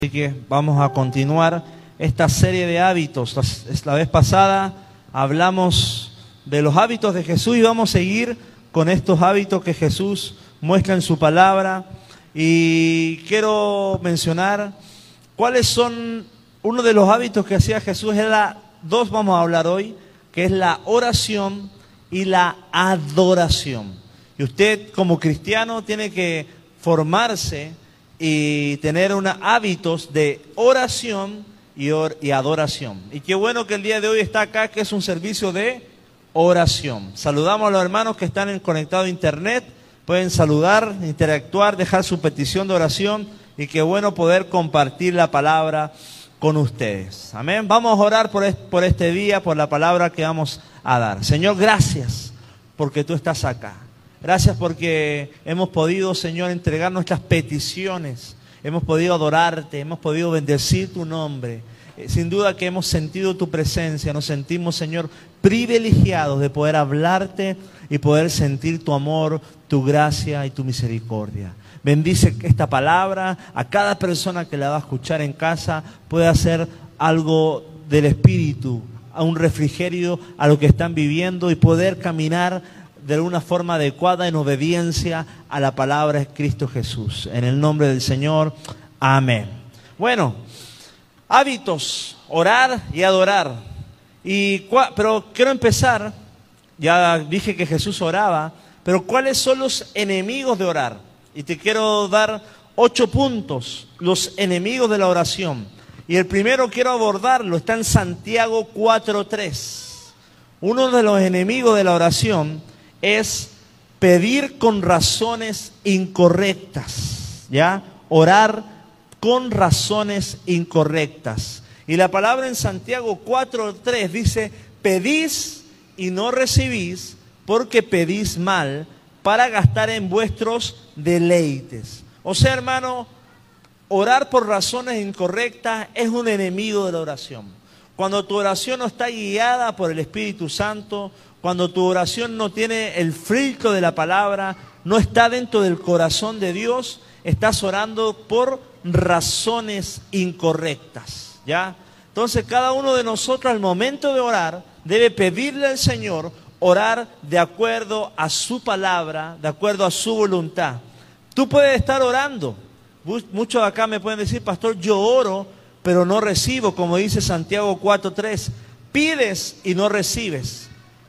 Así que vamos a continuar esta serie de hábitos. La vez pasada hablamos de los hábitos de Jesús y vamos a seguir con estos hábitos que Jesús muestra en su palabra. Y quiero mencionar cuáles son uno de los hábitos que hacía Jesús. Dos vamos a hablar hoy, que es la oración y la adoración. Y usted como cristiano tiene que formarse y tener hábitos de oración y adoración. Y qué bueno que el día de hoy está acá, que es un servicio de oración. Saludamos a los hermanos que están conectados a internet. Pueden saludar, interactuar, dejar su petición de oración. Y qué bueno poder compartir la palabra con ustedes. Amén. Vamos a orar por este día, por la palabra que vamos a dar. Señor, gracias porque tú estás acá. Gracias porque hemos podido, Señor, entregar nuestras peticiones. Hemos podido adorarte, hemos podido bendecir tu nombre. Sin duda que hemos sentido tu presencia. Nos sentimos, Señor, privilegiados de poder hablarte y poder sentir tu amor, tu gracia y tu misericordia. Bendice esta palabra a cada persona que la va a escuchar en casa. Puede hacer algo del Espíritu, a un refrigerio a lo que están viviendo y poder caminar de una forma adecuada en obediencia a la palabra de Cristo Jesús. En el nombre del Señor, amén. Bueno, hábitos, orar y adorar. Pero quiero empezar, ya dije que Jesús oraba, pero ¿cuáles son los enemigos de orar? Y te quiero dar 8 puntos, los enemigos de la oración. Y el primero quiero abordarlo, está en Santiago 4:3. Uno de los enemigos de la oración es pedir con razones incorrectas, ¿ya? Orar con razones incorrectas. Y la palabra en Santiago 4:3 dice: pedís y no recibís, porque pedís mal, para gastar en vuestros deleites. O sea, hermano, orar por razones incorrectas es un enemigo de la oración. Cuando tu oración no está guiada por el Espíritu Santo, cuando tu oración no tiene el filtro de la palabra, no está dentro del corazón de Dios, estás orando por razones incorrectas, ¿ya? Entonces cada uno de nosotros al momento de orar debe pedirle al Señor orar de acuerdo a su palabra, de acuerdo a su voluntad. Tú puedes estar orando. Muchos de acá me pueden decir: pastor, yo oro, pero no recibo, como dice Santiago 4:3. Pides y no recibes.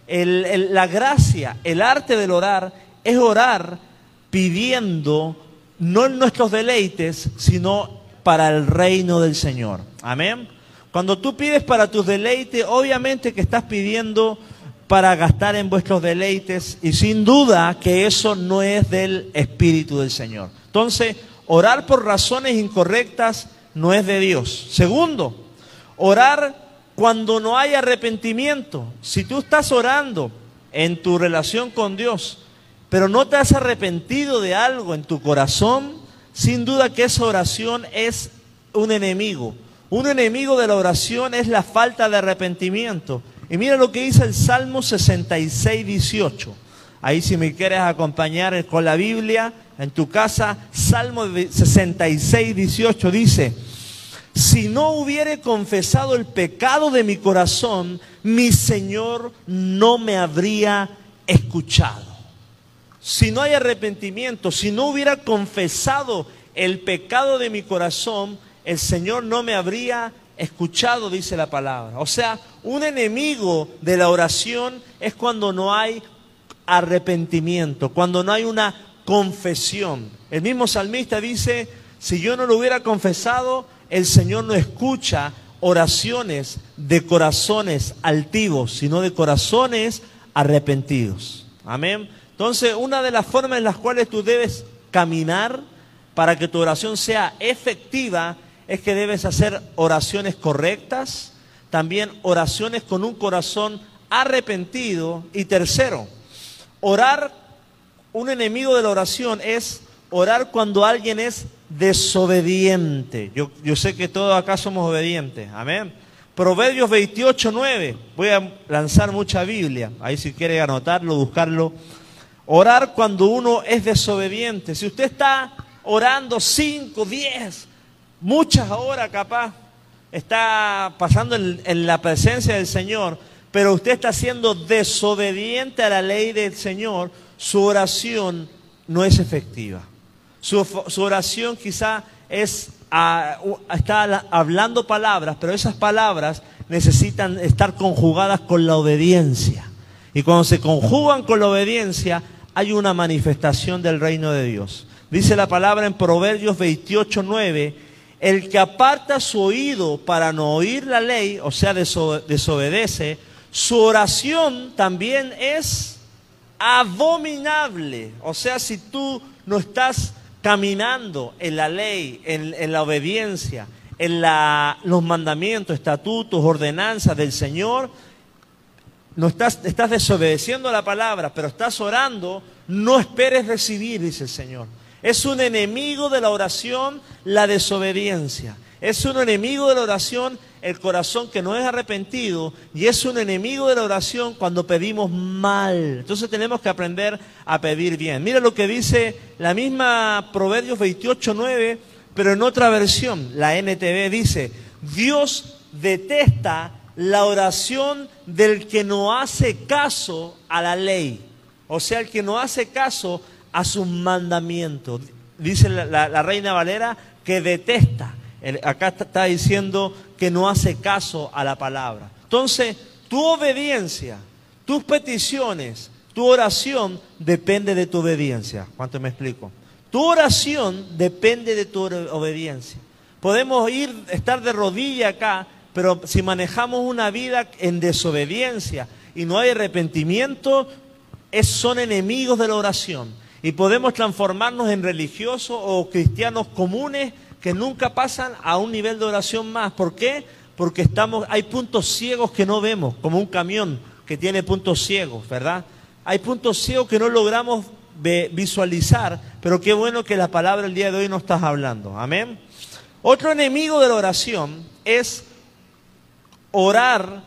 La gracia, el arte del orar, es orar pidiendo, no en nuestros deleites, sino para el reino del Señor. Amén. Cuando tú pides para tus deleites, obviamente que estás pidiendo para gastar en vuestros deleites, y sin duda que eso no es del Espíritu del Señor. Entonces, orar por razones incorrectas no es de Dios. Segundo, orar cuando no hay arrepentimiento. Si tú estás orando en tu relación con Dios, pero no te has arrepentido de algo en tu corazón, sin duda que esa oración es un enemigo. Un enemigo de la oración es la falta de arrepentimiento. Y mira lo que dice el Salmo 66:18. Ahí, si me quieres acompañar con la Biblia en tu casa, Salmo 66:18 dice: si no hubiere confesado el pecado de mi corazón, mi Señor no me habría escuchado. Si no hay arrepentimiento, si no hubiera confesado el pecado de mi corazón, el Señor no me habría escuchado, dice la palabra. O sea, un enemigo de la oración es cuando no hay arrepentimiento, cuando no hay una confesión. El mismo salmista dice: si yo no lo hubiera confesado, el Señor no escucha oraciones de corazones altivos, sino de corazones arrepentidos. Amén. Entonces, una de las formas en las cuales tú debes caminar para que tu oración sea efectiva es que debes hacer oraciones correctas, también oraciones con un corazón arrepentido. Y tercero, un enemigo de la oración es orar cuando alguien es desobediente. Yo sé que todos acá somos obedientes. Amén. Proverbios 28:9. Voy a lanzar mucha Biblia. Ahí, si quiere anotarlo, buscarlo. Orar cuando uno es desobediente. Si usted está orando 5, 10, muchas horas capaz está pasando en la presencia del Señor, pero usted está siendo desobediente a la ley del Señor, su oración no es efectiva. Su oración quizá está hablando palabras, pero esas palabras necesitan estar conjugadas con la obediencia. Y cuando se conjugan con la obediencia, hay una manifestación del reino de Dios. Dice la palabra en Proverbios 28:9, el que aparta su oído para no oír la ley, o sea, desobedece, su oración también es abominable. O sea, si tú no estás caminando en la ley, en la obediencia, en los mandamientos, estatutos, ordenanzas del Señor, no estás desobedeciendo la palabra, pero estás orando, no esperes recibir, dice el Señor. Es un enemigo de la oración la desobediencia. Es un enemigo de la oración el corazón que no es arrepentido, y es un enemigo de la oración cuando pedimos mal. Entonces tenemos que aprender a pedir bien. Mira lo que dice la misma Proverbios 28:9, pero en otra versión, la NTV dice: Dios detesta la oración del que no hace caso a la ley. O sea, el que no hace caso a sus mandamientos. Dice la Reina Valera que detesta. Acá está diciendo que no hace caso a la palabra. Entonces, tu obediencia, tus peticiones, tu oración depende de tu obediencia. ¿Cuánto me explico? Tu oración depende de tu obediencia. Podemos estar de rodilla acá, pero si manejamos una vida en desobediencia y no hay arrepentimiento, son enemigos de la oración. Y podemos transformarnos en religiosos o cristianos comunes que nunca pasan a un nivel de oración más. ¿Por qué? Porque hay puntos ciegos que no vemos, como un camión que tiene puntos ciegos, ¿verdad? Hay puntos ciegos que no logramos visualizar, pero qué bueno que la palabra el día de hoy nos está hablando. Amén. Otro enemigo de la oración es orar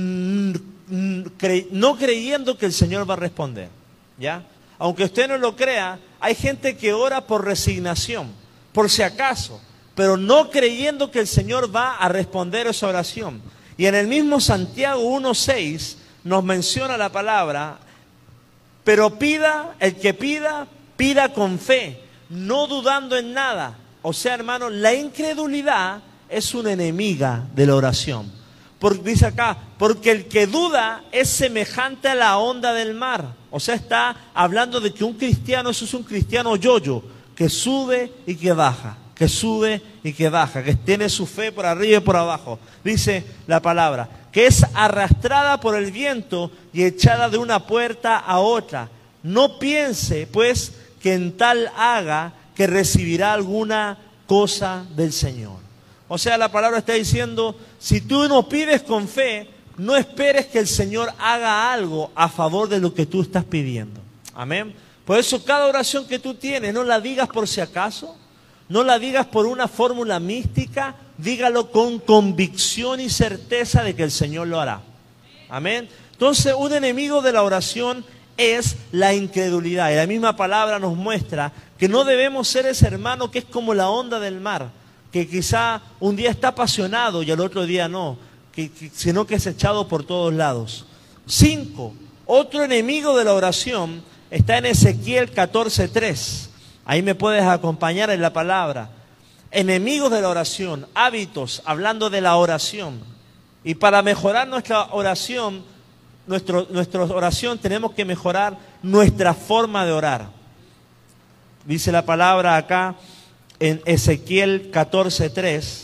no creyendo que el Señor va a responder, ¿ya? Aunque usted no lo crea, hay gente que ora por resignación, por si acaso, pero no creyendo que el Señor va a responder esa oración. Y en el mismo Santiago 1:6 nos menciona la palabra: pero el que pida, pida con fe, no dudando en nada. O sea, hermano, la incredulidad es una enemiga de la oración. Dice acá, porque el que duda es semejante a la onda del mar. O sea, está hablando de que un cristiano, eso es un cristiano yoyo, que sube y que baja, que sube y que baja, que tiene su fe por arriba y por abajo. Dice la palabra, que es arrastrada por el viento y echada de una puerta a otra. No piense, pues, que en tal haga que recibirá alguna cosa del Señor. O sea, la palabra está diciendo, si tú no pides con fe, no esperes que el Señor haga algo a favor de lo que tú estás pidiendo. Amén. Por eso cada oración que tú tienes, no la digas por si acaso, no la digas por una fórmula mística, dígalo con convicción y certeza de que el Señor lo hará. Amén. Entonces, un enemigo de la oración es la incredulidad. Y la misma palabra nos muestra que no debemos ser ese hermano que es como la onda del mar, que quizá un día está apasionado y al otro día no, sino que es echado por todos lados. 5. Otro enemigo de la oración está en Ezequiel 14:3. Ahí me puedes acompañar en la palabra. Enemigos de la oración, hábitos, hablando de la oración. Y para mejorar nuestra oración, nuestra oración, tenemos que mejorar nuestra forma de orar. Dice la palabra acá en Ezequiel 14:3.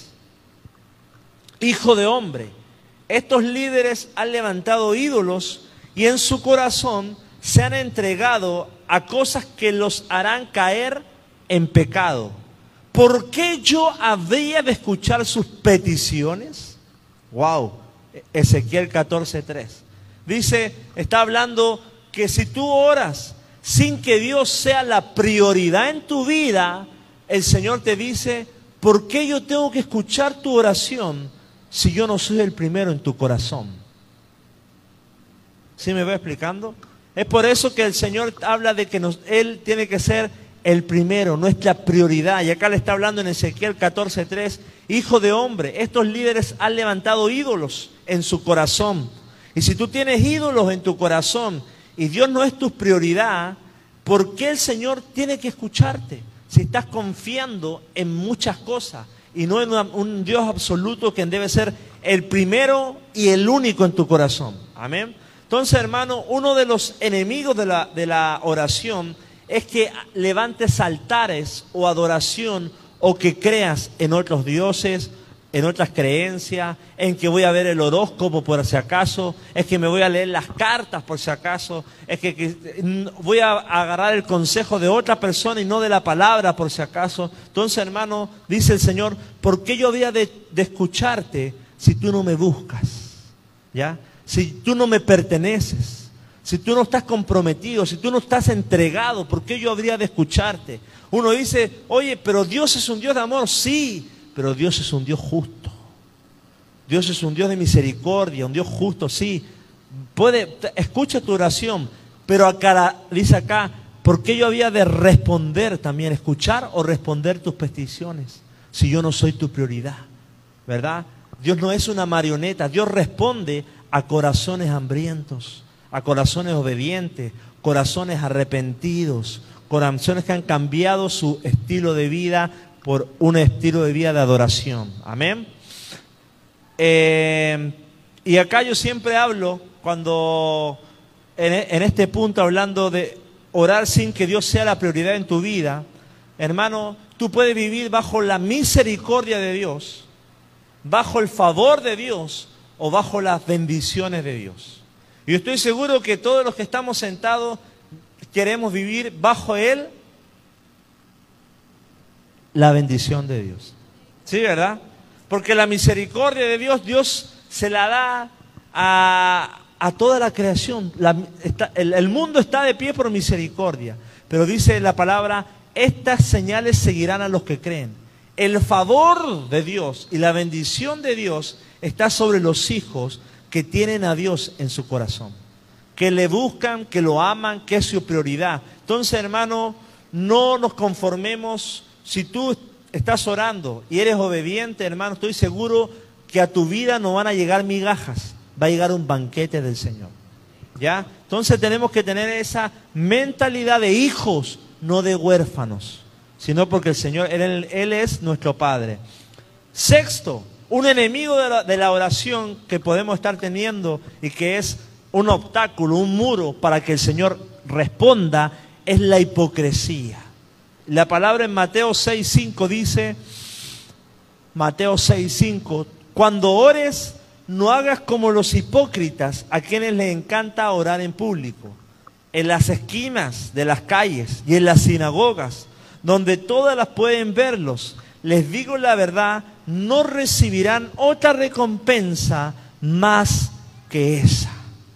Hijo de hombre, estos líderes han levantado ídolos y en su corazón se han entregado a cosas que los harán caer en pecado. ¿Por qué yo habría de escuchar sus peticiones? Wow, Ezequiel 14:3. Dice, está hablando que si tú oras sin que Dios sea la prioridad en tu vida, el Señor te dice, ¿por qué yo tengo que escuchar tu oración si yo no soy el primero en tu corazón? ¿Sí me va explicando? Es por eso que el Señor habla de que Él tiene que ser el primero, nuestra prioridad. Y acá le está hablando en Ezequiel 14:3, hijo de hombre, estos líderes han levantado ídolos en su corazón. Y si tú tienes ídolos en tu corazón y Dios no es tu prioridad, ¿por qué el Señor tiene que escucharte? Si estás confiando en muchas cosas y no en un Dios absoluto que debe ser el primero y el único en tu corazón. Amén. Entonces, hermano, uno de los enemigos de la oración es que levantes altares o adoración o que creas en otros dioses, en otras creencias, en que voy a ver el horóscopo por si acaso, es que me voy a leer las cartas por si acaso, es que voy a agarrar el consejo de otra persona y no de la palabra por si acaso. Entonces, hermano, dice el Señor, ¿por qué yo había de escucharte si tú no me buscas? ¿Ya? Si tú no me perteneces. Si tú no estás comprometido, si tú no estás entregado, ¿por qué yo habría de escucharte? Uno dice, oye, pero Dios es un Dios de amor. Sí, pero Dios es un Dios justo. Dios es un Dios de misericordia, un Dios justo, sí. Escucha tu oración, pero acá dice acá, ¿por qué yo había de responder también, escuchar o responder tus peticiones? Si yo no soy tu prioridad, ¿verdad? Dios no es una marioneta, Dios responde a corazones hambrientos, a corazones obedientes, corazones arrepentidos, corazones que han cambiado su estilo de vida por un estilo de vida de adoración. Amén. Y acá yo siempre hablo, cuando en este punto, hablando de orar sin que Dios sea la prioridad en tu vida, hermano, tú puedes vivir bajo la misericordia de Dios, bajo el favor de Dios o bajo las bendiciones de Dios. Y yo estoy seguro que todos los que estamos sentados queremos vivir bajo Él la bendición de Dios. ¿Sí, verdad? Porque la misericordia de Dios, Dios se la da a toda la creación. El mundo está de pie por misericordia. Pero dice la palabra, estas señales seguirán a los que creen. El favor de Dios y la bendición de Dios está sobre los hijos que tienen a Dios en su corazón, que le buscan, que lo aman, que es su prioridad. Entonces, hermano, no nos conformemos. Si tú estás orando y eres obediente, hermano, estoy seguro que a tu vida no van a llegar migajas, va a llegar un banquete del Señor. ¿Ya? Entonces tenemos que tener esa mentalidad de hijos, no de huérfanos, sino porque el Señor, Él es nuestro Padre. Sexto, un enemigo de la oración que podemos estar teniendo y que es un obstáculo, un muro para que el Señor responda, es la hipocresía. La palabra en Mateo 6:5 dice, Mateo 6:5, cuando ores, no hagas como los hipócritas, a quienes les encanta orar en público, en las esquinas de las calles y en las sinagogas, donde todas las pueden verlos. Les digo la verdad, no recibirán otra recompensa más que esa.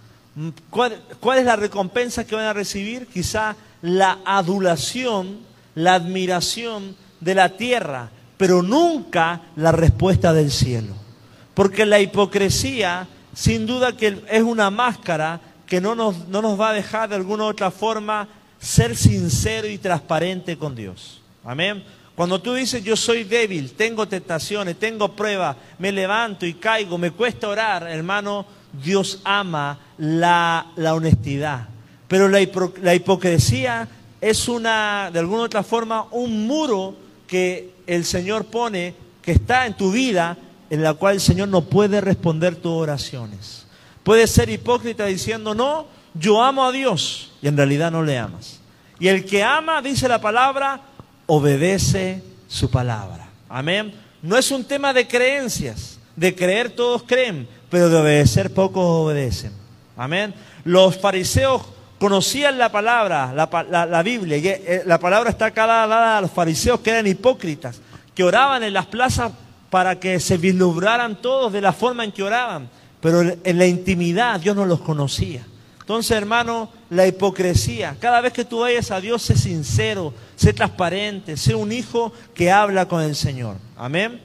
¿Cuál es la recompensa que van a recibir? Quizá la adulación, la admiración de la tierra, pero nunca la respuesta del cielo. Porque la hipocresía, sin duda que es una máscara que no nos va a dejar de alguna u otra forma ser sincero y transparente con Dios. Amén. Cuando tú dices, yo soy débil, tengo tentaciones, tengo pruebas, me levanto y caigo, me cuesta orar, hermano, Dios ama la honestidad. Pero la hipocresía es de alguna u otra forma, un muro que el Señor pone, que está en tu vida, en la cual el Señor no puede responder tus oraciones. Puedes ser hipócrita diciendo, no, yo amo a Dios, y en realidad no le amas. Y el que ama, dice la palabra, obedece su palabra. Amén. No es un tema de creencias. De creer todos creen, pero de obedecer pocos obedecen. Amén. Los fariseos conocían la palabra, la Biblia. Y la palabra está acá dada a los fariseos que eran hipócritas, que oraban en las plazas para que se vislumbraran todos de la forma en que oraban. Pero en la intimidad Dios no los conocía. Entonces, hermano, la hipocresía, cada vez que tú vayas a Dios, sé sincero, sé transparente, sé un hijo que habla con el Señor. Amén.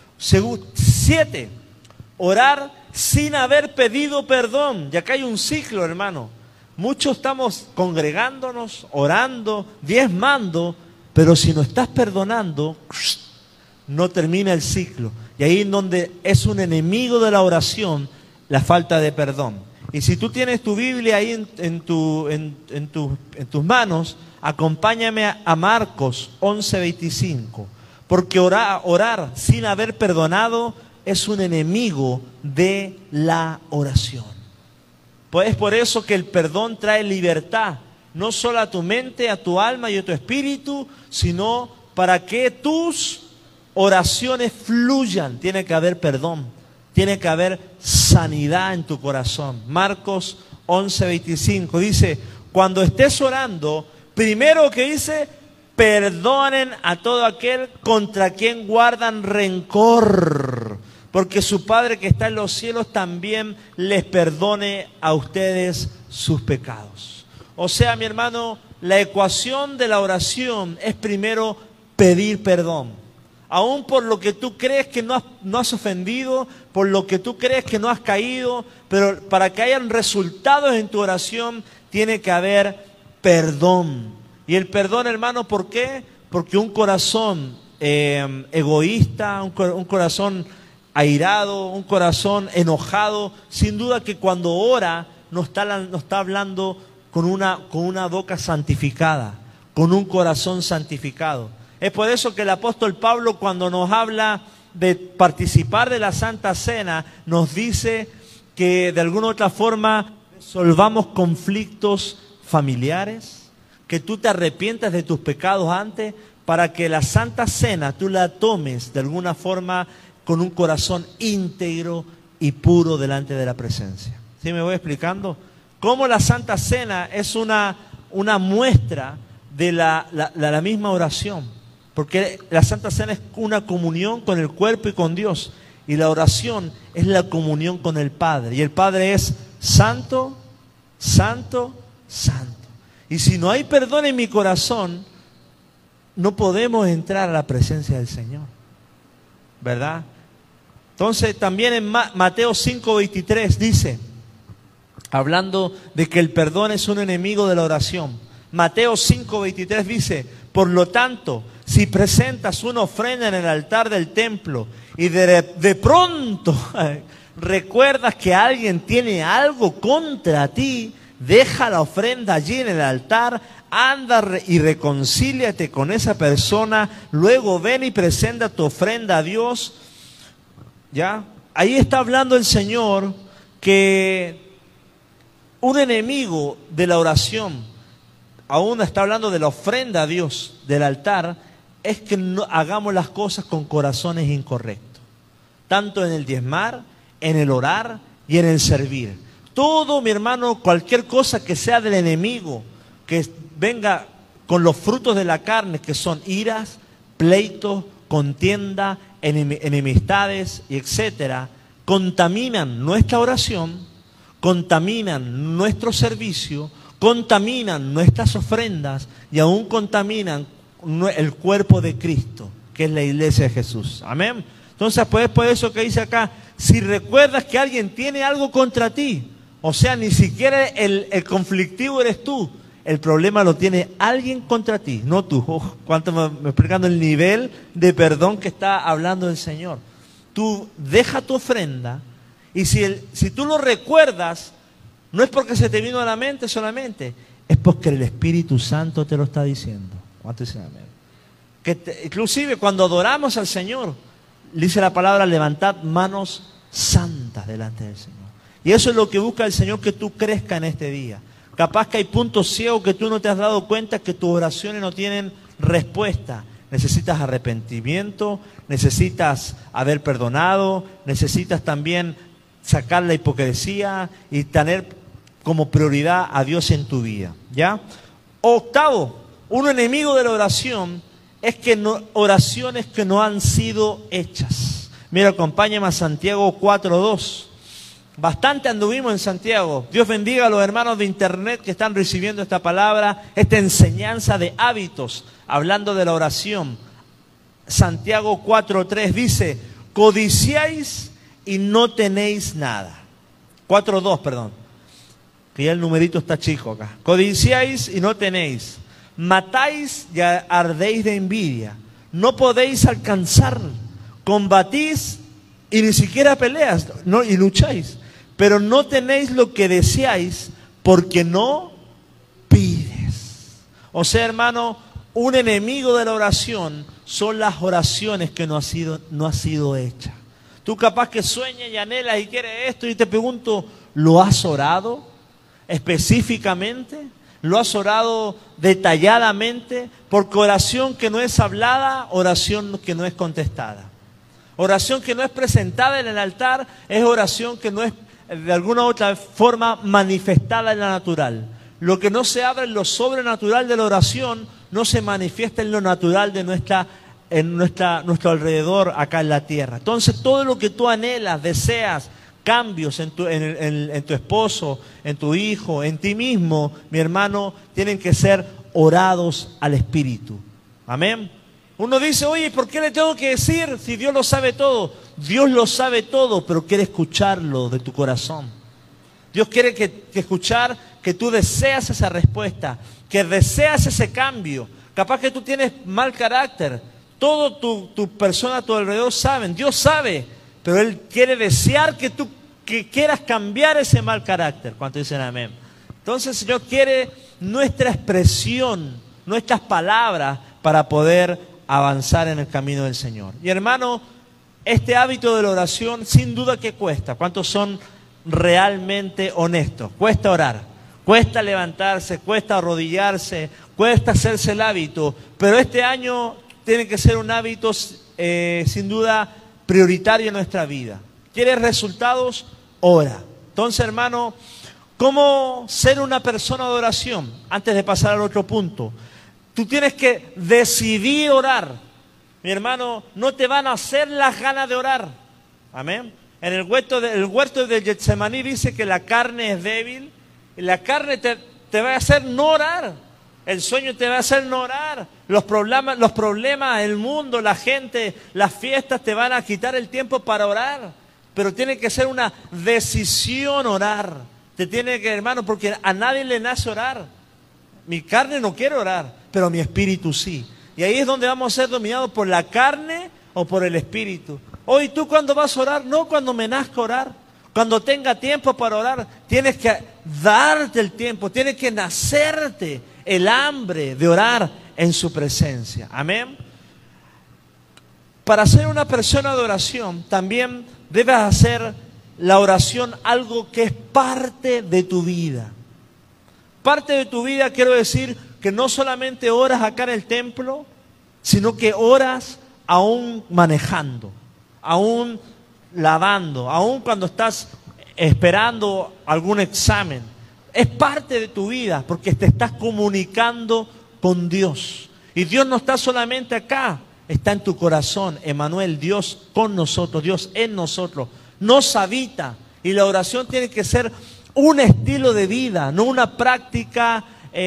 7, orar sin haber pedido perdón. Y acá hay un ciclo, hermano. Muchos estamos congregándonos, orando, diezmando, Pero si no estás perdonando, no termina el ciclo. Y ahí es donde es un enemigo de la oración, la falta de perdón. Y si tú tienes tu Biblia ahí en tus manos, acompáñame a Marcos 11:25. Porque orar sin haber perdonado es un enemigo de la oración. Pues es por eso que el perdón trae libertad, no solo a tu mente, a tu alma y a tu espíritu, sino para que tus oraciones fluyan. Tiene que haber perdón, tiene que haber sanidad en tu corazón. Marcos 11:25 dice, cuando estés orando, primero que dice, perdonen a todo aquel contra quien guardan rencor, porque su Padre que está en los cielos también les perdone a ustedes sus pecados. O sea, mi hermano, la ecuación de la oración es primero pedir perdón. Aún por lo que tú crees que no has ofendido, por lo que tú crees que no has caído, pero para que hayan resultados en tu oración, tiene que haber perdón. Y el perdón, hermano, ¿por qué? Porque un corazón egoísta, un corazón airado, un corazón enojado, sin duda que cuando ora no está hablando con una boca santificada, con un corazón santificado. Es por eso que el apóstol Pablo, cuando nos habla de participar de la Santa Cena, nos dice que de alguna u otra forma resolvamos conflictos familiares, que tú te arrepientas de tus pecados antes, para que la Santa Cena tú la tomes de alguna forma con un corazón íntegro y puro delante de la presencia. ¿Sí me voy explicando? Cómo la Santa Cena es una muestra de la misma oración. Porque la Santa Cena es una comunión con el cuerpo y con Dios. Y la oración es la comunión con el Padre. Y el Padre es santo, santo, santo. Y si no hay perdón en mi corazón, no podemos entrar a la presencia del Señor. ¿Verdad? Entonces también en Mateo 5:23 dice, hablando de que el perdón es un enemigo de la oración. Mateo 5:23 dice, por lo tanto, si presentas una ofrenda en el altar del templo y de pronto recuerdas que alguien tiene algo contra ti, deja la ofrenda allí en el altar, anda y reconcíliate con esa persona, luego ven y presenta tu ofrenda a Dios. ¿Ya? Ahí está hablando el Señor que un enemigo de la oración, aún está hablando de la ofrenda a Dios, del altar, es que no hagamos las cosas con corazones incorrectos. Tanto en el diezmar, en el orar y en el servir. Todo, mi hermano, cualquier cosa que sea del enemigo, que venga con los frutos de la carne, que son iras, pleitos, contienda, enemistades, y etcétera, contaminan nuestra oración, contaminan nuestro servicio, contaminan nuestras ofrendas y aún contaminan el cuerpo de Cristo, que es la iglesia de Jesús. Amén. Entonces, pues por eso que dice acá, si recuerdas que alguien tiene algo contra ti, o sea, ni siquiera el conflictivo eres tú, el problema lo tiene alguien contra ti, no tú. Cuánto me explicando el nivel de perdón que está hablando el Señor. Tú deja tu ofrenda y si tú lo recuerdas, no es porque se te vino a la mente solamente, es porque el Espíritu Santo te lo está diciendo. ¿Cuánto dicen amén? Inclusive cuando adoramos al Señor, dice la palabra, levantad manos santas delante del Señor. Y eso es lo que busca el Señor, que tú crezcas en este día. Capaz que hay puntos ciegos que tú no te has dado cuenta, que tus oraciones no tienen respuesta. Necesitas arrepentimiento, necesitas haber perdonado, necesitas también sacar la hipocresía y tener como prioridad a Dios en tu vida. ¿Ya? Octavo, un enemigo de la oración es que oraciones que no han sido hechas. Mira, acompáñame a Santiago 4:2. Bastante anduvimos en Santiago. Dios bendiga a los hermanos de internet que están recibiendo esta palabra, esta enseñanza de hábitos, hablando de la oración. Santiago 4:3 dice, codiciáis y no tenéis nada. 4:2, perdón. Que ya el numerito está chico acá. Codiciáis y no tenéis. matáis y ardéis de envidia, no podéis alcanzar, combatís y ni siquiera peleas, no, y lucháis, pero no tenéis lo que deseáis porque no pides. O sea, hermano, un enemigo de la oración son las oraciones que no ha sido hecha. Tú capaz que sueñas y anhelas y quieres esto y te pregunto, ¿lo has orado específicamente? ¿Lo has orado detalladamente? Porque oración que no es hablada, oración que no es contestada. Oración que no es presentada en el altar es oración que no es de alguna u otra forma manifestada en la natural. Lo que no se abre en lo sobrenatural de la oración no se manifiesta en lo natural de nuestro alrededor acá en la tierra. Entonces todo lo que tú anhelas, deseas, cambios en tu esposo, en tu hijo, en ti mismo, mi hermano, tienen que ser orados al Espíritu. Amén. Uno dice, oye, ¿por qué le tengo que decir si Dios lo sabe todo? Dios lo sabe todo, pero quiere escucharlo de tu corazón. Dios quiere que escuchar que tú deseas esa respuesta, que deseas ese cambio. Capaz que tú tienes mal carácter. Todo tu persona a tu alrededor saben. Dios sabe, pero Él quiere desear que tú quieras cambiar ese mal carácter. ¿Cuántos dicen amén? Entonces el Señor quiere nuestra expresión, nuestras palabras para poder avanzar en el camino del Señor. Y hermano, este hábito de la oración sin duda que cuesta. ¿Cuántos son realmente honestos? Cuesta orar, cuesta levantarse, cuesta arrodillarse, cuesta hacerse el hábito, pero este año tiene que ser un hábito sin duda prioritario en nuestra vida. ¿Quieres resultados? Ora. Entonces, hermano, ¿cómo ser una persona de oración? Antes de pasar al otro punto, tú tienes que decidir orar. Mi hermano, no te van a hacer las ganas de orar. Amén. En el huerto de Getsemaní dice que la carne es débil y la carne te va a hacer no orar. El sueño te va a hacer no orar. Los problemas, el mundo, la gente, las fiestas te van a quitar el tiempo para orar. Pero tiene que ser una decisión orar. Te tiene que, hermano, porque a nadie le nace orar. Mi carne no quiere orar, pero mi espíritu sí. Y ahí es donde vamos a ser dominados por la carne o por el espíritu. Hoy tú cuando vas a orar, no cuando me nazca orar, cuando tenga tiempo para orar, tienes que darte el tiempo, tienes que nacerte el hambre de orar en su presencia. Amén. Para ser una persona de oración, también debes hacer la oración algo que es parte de tu vida. Parte de tu vida, quiero decir, que no solamente oras acá en el templo, sino que oras aún manejando, aún lavando, aún cuando estás esperando algún examen. Es parte de tu vida porque te estás comunicando con Dios. Y Dios no está solamente acá, está en tu corazón. Emmanuel, Dios con nosotros, Dios en nosotros, nos habita. Y la oración tiene que ser un estilo de vida, no una práctica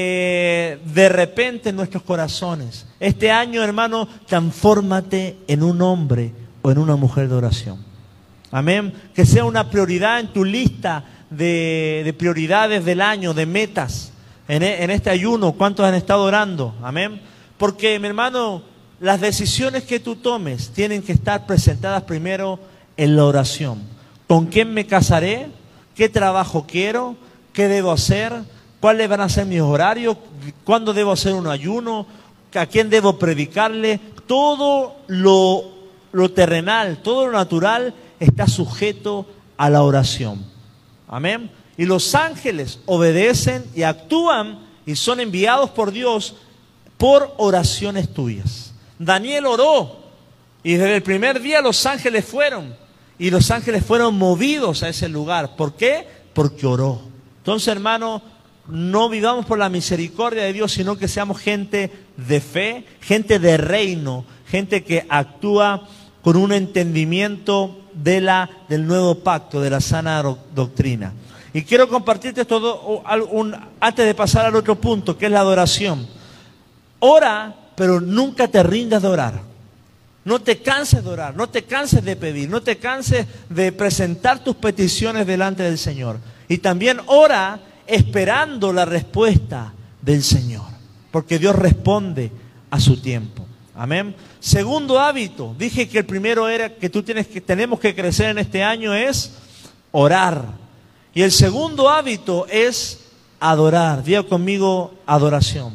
de repente en nuestros corazones. Este año, hermano, transfórmate en un hombre o en una mujer de oración. Amén. Que sea una prioridad en tu lista de prioridades del año, de metas. En este ayuno, ¿cuántos han estado orando? Amén. Porque, mi hermano, las decisiones que tú tomes tienen que estar presentadas primero en la oración. ¿Con quién me casaré? ¿Qué trabajo quiero? ¿Qué debo hacer? ¿Cuáles van a ser mis horarios? ¿Cuándo debo hacer un ayuno? ¿A quién debo predicarle? Todo lo terrenal, todo lo natural está sujeto a la oración. Amén. Y los ángeles obedecen y actúan y son enviados por Dios por oraciones tuyas. Daniel oró y desde el primer día los ángeles fueron. Y los ángeles fueron movidos a ese lugar. ¿Por qué? Porque oró. Entonces, hermano, no vivamos por la misericordia de Dios, sino que seamos gente de fe, gente de reino, gente que actúa con un entendimiento del nuevo pacto, de la sana doctrina. Y quiero compartirte esto antes de pasar al otro punto, que es la adoración. Ora, pero nunca te rindas de orar. No te canses de orar, no te canses de pedir, no te canses de presentar tus peticiones delante del Señor. Y también ora esperando la respuesta del Señor. porque Dios responde a su tiempo. Amén. Segundo hábito, dije que el primero era que tenemos que crecer en este año es orar. Y el segundo hábito es adorar. Diga conmigo, adoración.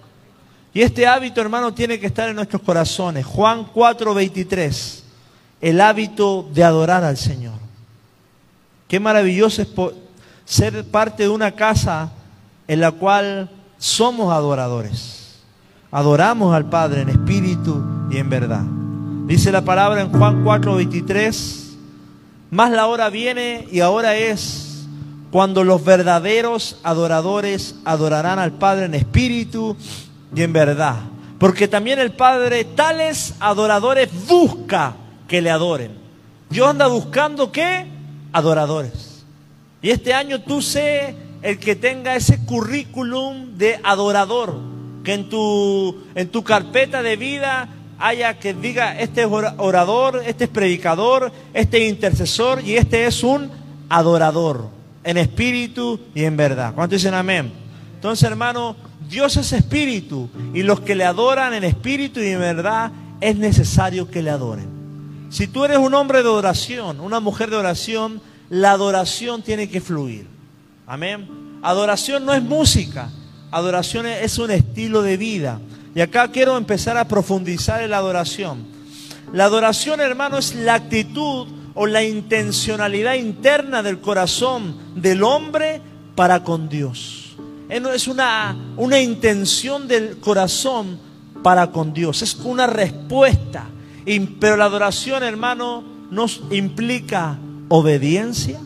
Y este hábito, hermano, tiene que estar en nuestros corazones. Juan 4:23, el hábito de adorar al Señor. Qué maravilloso es ser parte de una casa en la cual somos adoradores. Adoramos al Padre en espíritu y en verdad. Dice la palabra en Juan 4:23, mas la hora viene y ahora es cuando los verdaderos adoradores adorarán al Padre en espíritu y en verdad. Porque también el Padre tales adoradores busca que le adoren. Dios anda buscando ¿qué? Adoradores. Y este año tú sé el que tenga ese currículum de adorador. Que en tu carpeta de vida haya que diga, este es orador, este es predicador, este es intercesor y este es un adorador, en espíritu y en verdad. ¿Cuántos dicen amén? Entonces, hermano, Dios es espíritu y los que le adoran en espíritu y en verdad es necesario que le adoren. Si tú eres un hombre de oración, una mujer de oración, la adoración tiene que fluir. Amén. Adoración no es música. Adoración es un estilo de vida. Y acá quiero empezar a profundizar en la adoración. La adoración, hermano, es la actitud o la intencionalidad interna del corazón del hombre para con Dios. Es una intención del corazón para con Dios. Es una respuesta. Pero la adoración, hermano, nos implica obediencia,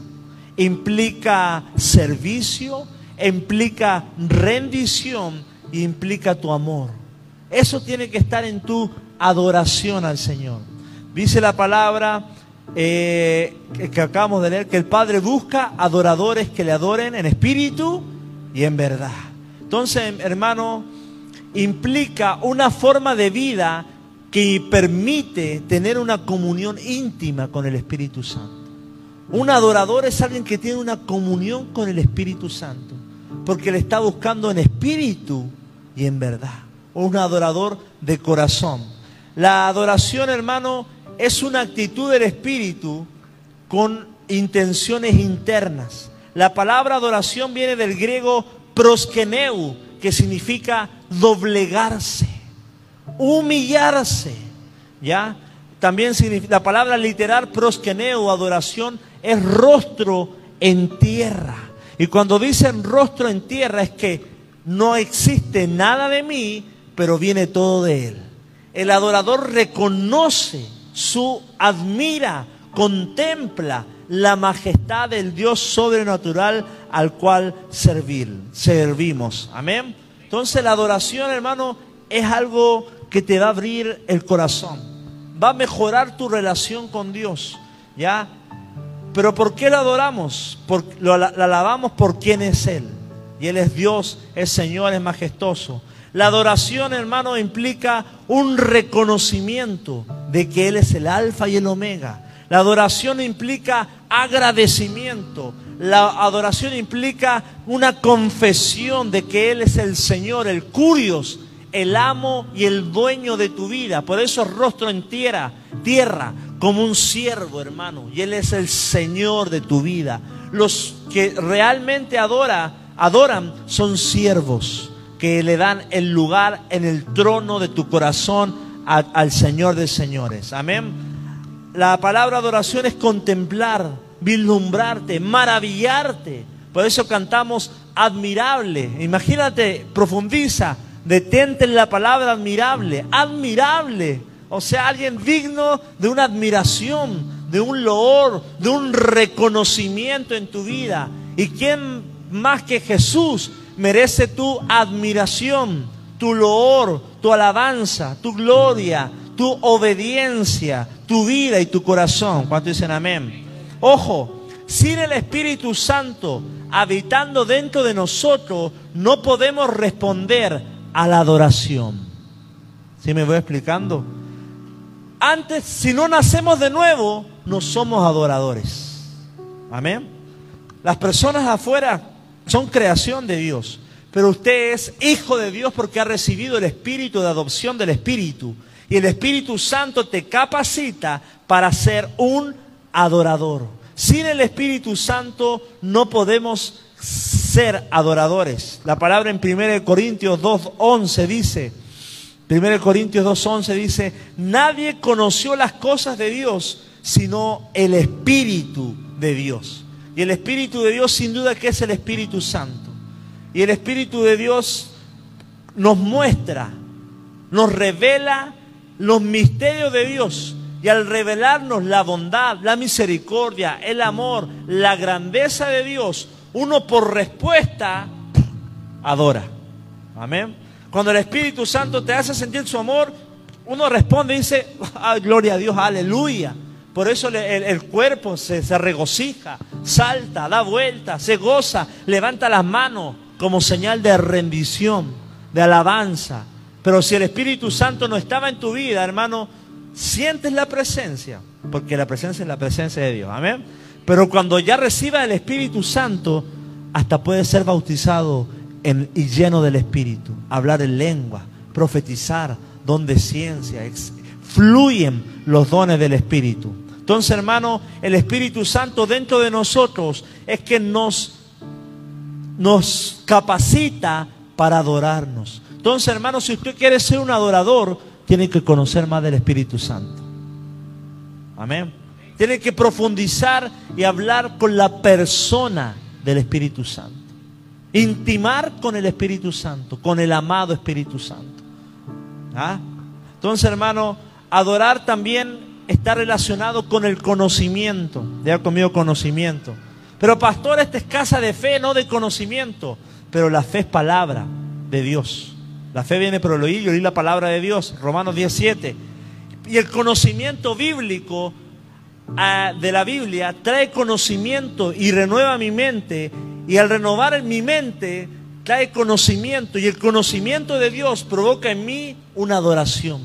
implica servicio, implica rendición e implica tu amor. Eso tiene que estar en tu adoración al Señor. Dice la palabra que acabamos de leer, que el Padre busca adoradores que le adoren en espíritu y en verdad. Entonces, hermano, implica una forma de vida que permite tener una comunión íntima con el Espíritu Santo. Un adorador es alguien que tiene una comunión con el Espíritu Santo, porque le está buscando en espíritu y en verdad. Un adorador de corazón. La adoración, hermano, es una actitud del espíritu con intenciones internas. La palabra adoración viene del griego proskeneu, que significa doblegarse, humillarse. ¿Ya? También significa, la palabra literal proskeneu, adoración, es rostro en tierra. Y cuando dicen rostro en tierra es que no existe nada de mí, pero viene todo de Él. El adorador reconoce, admira, contempla la majestad del Dios sobrenatural al cual servimos. Amén. Entonces la adoración, hermano, es algo que te va a abrir el corazón. Va a mejorar tu relación con Dios. ¿Ya? Pero ¿por qué la adoramos? La alabamos por quién es Él. Y Él es Dios, es Señor, es majestuoso. La adoración, hermano, implica un reconocimiento de que Él es el alfa y el omega. La adoración implica agradecimiento. La adoración implica una confesión de que Él es el Señor, el Curios, el amo y el dueño de tu vida. Por eso rostro en tierra, como un siervo, hermano. Y Él es el Señor de tu vida. Los que realmente adoran son siervos que le dan el lugar en el trono de tu corazón al Señor de señores. Amén. La palabra adoración es contemplar, vislumbrarte, maravillarte. Por eso cantamos admirable. Imagínate, profundiza, detente en la palabra admirable. Admirable. O sea, alguien digno de una admiración, de un loor, de un reconocimiento en tu vida. ¿Y quién más que Jesús merece tu admiración, tu loor, tu alabanza, tu gloria, tu obediencia, tu vida y tu corazón? ¿Cuántos dicen amén? Ojo, sin el Espíritu Santo habitando dentro de nosotros, no podemos responder a la adoración. ¿Sí me voy explicando? Antes, si no nacemos de nuevo, no somos adoradores. Amén. Las personas afuera son creación de Dios, pero usted es hijo de Dios porque ha recibido el espíritu de adopción del Espíritu. Y el Espíritu Santo te capacita para ser un adorador. Sin el Espíritu Santo no podemos ser adoradores. La palabra en 1 Corintios 2:11 dice, 1 Corintios 2:11 dice, nadie conoció las cosas de Dios sino el Espíritu de Dios. Y el Espíritu de Dios sin duda que es el Espíritu Santo. Y el Espíritu de Dios nos muestra, nos revela los misterios de Dios. Y al revelarnos la bondad, la misericordia, el amor, la grandeza de Dios, uno por respuesta adora. Amén. Cuando el Espíritu Santo te hace sentir su amor, uno responde y dice, gloria a Dios, aleluya. Por eso el cuerpo se regocija, salta, da vuelta, se goza, levanta las manos como señal de rendición, de alabanza. Pero si el Espíritu Santo no estaba en tu vida, hermano, sientes la presencia, porque la presencia es la presencia de Dios. Amén. Pero cuando ya reciba el Espíritu Santo, hasta puede ser bautizado y lleno del Espíritu, hablar en lengua, profetizar, don de ciencia, fluyen los dones del Espíritu. Entonces, hermano, el Espíritu Santo dentro de nosotros es que nos capacita para adorarnos. Entonces, hermano, si usted quiere ser un adorador, tiene que conocer más del Espíritu Santo. Amén. Tiene que profundizar y hablar con la persona del Espíritu Santo. Intimar con el Espíritu Santo, con el amado Espíritu Santo. ¿Ah? Entonces, hermano, adorar también está relacionado con el conocimiento. Diga conmigo, conocimiento. Pero pastor, esta es casa de fe, no de conocimiento. Pero la fe es palabra de Dios. La fe viene por el oír y oír la palabra de Dios. Romanos 10:7. Y el conocimiento bíblico de la Biblia trae conocimiento y renueva mi mente. Y al renovar en mi mente trae conocimiento. Y el conocimiento de Dios provoca en mí una adoración.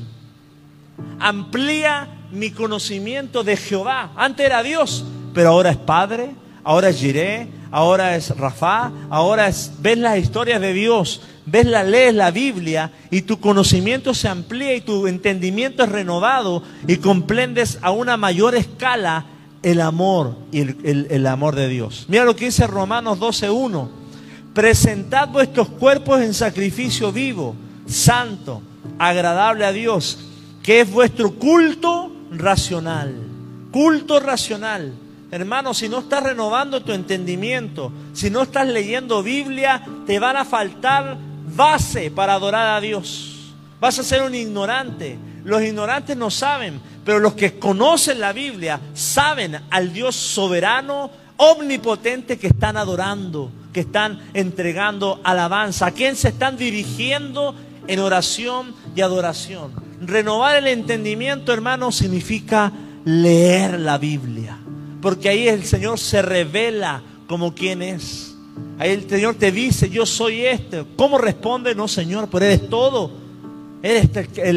Amplía mi conocimiento de Jehová. Antes era Dios, pero ahora es Padre, ahora es Jireh, ahora es Rafa, ahora ves las historias de Dios, lees la Biblia y tu conocimiento se amplía y tu entendimiento es renovado y comprendes a una mayor escala el amor y el amor de Dios. Mira lo que dice Romanos 12:1. Presentad vuestros cuerpos en sacrificio vivo, santo, agradable a Dios, que es vuestro culto racional. Culto racional. Hermano, si no estás renovando tu entendimiento, si no estás leyendo Biblia, te van a faltar base para adorar a Dios. Vas a ser un ignorante. Los ignorantes no saben, pero los que conocen la Biblia saben al Dios soberano, omnipotente que están adorando, que están entregando alabanza, a quien se están dirigiendo en oración y adoración. Renovar el entendimiento, hermano, significa leer la Biblia. Porque ahí el Señor se revela como quien es. Ahí el Señor te dice, yo soy este. ¿Cómo responde? No, Señor, pero eres todo. Eres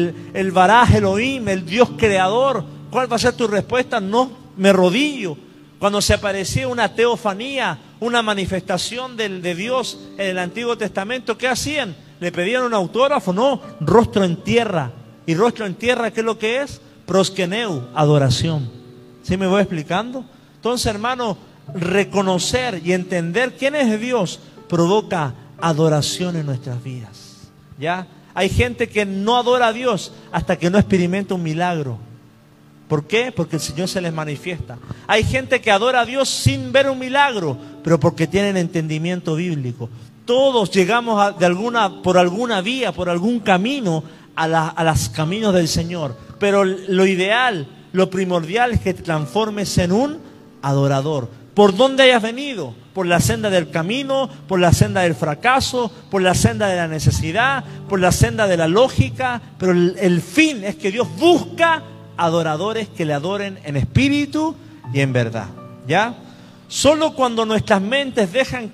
el Baraj Elohim, el Dios creador. ¿Cuál va a ser tu respuesta? No, me rodillo. Cuando se aparecía una teofanía, una manifestación de Dios en el Antiguo Testamento, ¿qué hacían? ¿Le pedían un autógrafo? No, rostro en tierra. ¿Y rostro en tierra qué es lo que es? Proskeneu, adoración. ¿Sí me voy explicando? Entonces, hermano, reconocer y entender quién es Dios provoca adoración en nuestras vidas. ¿Ya? Hay gente que no adora a Dios hasta que no experimenta un milagro. ¿Por qué? Porque el Señor se les manifiesta. Hay gente que adora a Dios sin ver un milagro, pero porque tienen entendimiento bíblico. Todos llegamos por alguna vía, por algún camino a los caminos del Señor. Pero lo ideal, lo primordial es que te transformes en un adorador. ¿Por dónde hayas venido? Por la senda del camino, por la senda del fracaso, por la senda de la necesidad, por la senda de la lógica. Pero el fin es que Dios busca adoradores que le adoren en espíritu y en verdad. ¿Ya? Solo cuando nuestras mentes dejan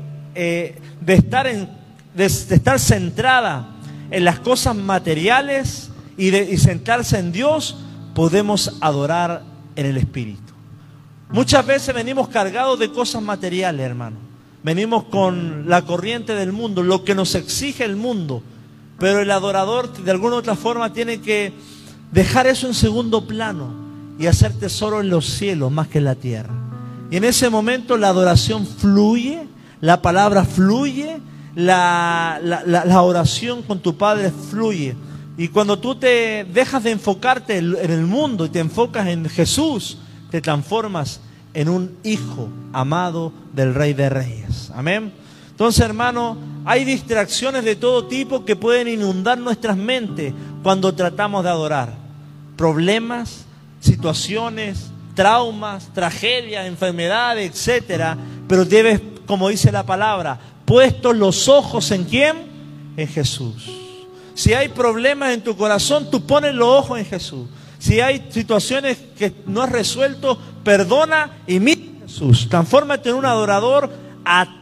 de estar centrada en las cosas materiales y centrarse en Dios, podemos adorar en el espíritu. Muchas veces venimos cargados de cosas materiales, hermano. venimos con la corriente del mundo, lo que nos exige el mundo. Pero el adorador de alguna u otra forma tiene que dejar eso en segundo plano y hacer tesoro en los cielos más que en la tierra. Y en ese momento la adoración fluye, la palabra fluye, la oración con tu Padre fluye. Y cuando tú te dejas de enfocarte en el mundo y te enfocas en Jesús, te transformas en un hijo amado del Rey de Reyes. Amén. Entonces, hermano, hay distracciones de todo tipo que pueden inundar nuestras mentes cuando tratamos de adorar. Problemas, situaciones, traumas, tragedias, enfermedades, etcétera. Pero debes, como dice la palabra, puestos los ojos ¿en quién? En Jesús. Si hay problemas en tu corazón, tú pones los ojos en Jesús. Si hay situaciones que no has resuelto, perdona y mira a Jesús. Transfórmate en un adorador a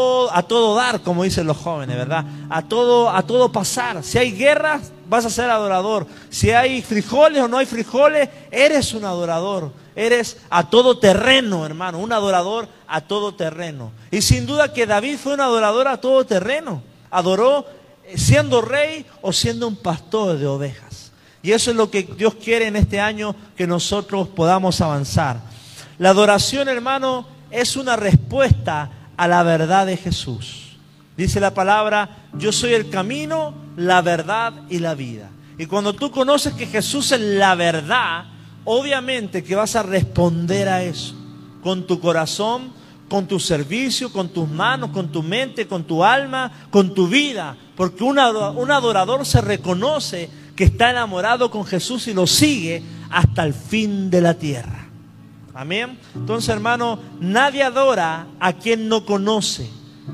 todo dar, como dicen los jóvenes, ¿verdad? A todo pasar. Si hay guerras, vas a ser adorador. Si hay frijoles o no hay frijoles, eres un adorador. Eres a todo terreno, hermano, un adorador a todo terreno. Y sin duda que David fue un adorador a todo terreno. Adoró siendo rey o siendo un pastor de ovejas. Y eso es lo que Dios quiere en este año, que nosotros podamos avanzar. La adoración, hermano, es una respuesta a la verdad de Jesús. Dice la palabra, yo soy el camino, la verdad y la vida. Y cuando tú conoces que Jesús es la verdad, obviamente que vas a responder a eso con tu corazón, con tu servicio, con tus manos, con tu mente, con tu alma, con tu vida. Porque un adorador se reconoce que está enamorado con Jesús y lo sigue hasta el fin de la tierra. Amén. Entonces, hermano, nadie adora a quien no conoce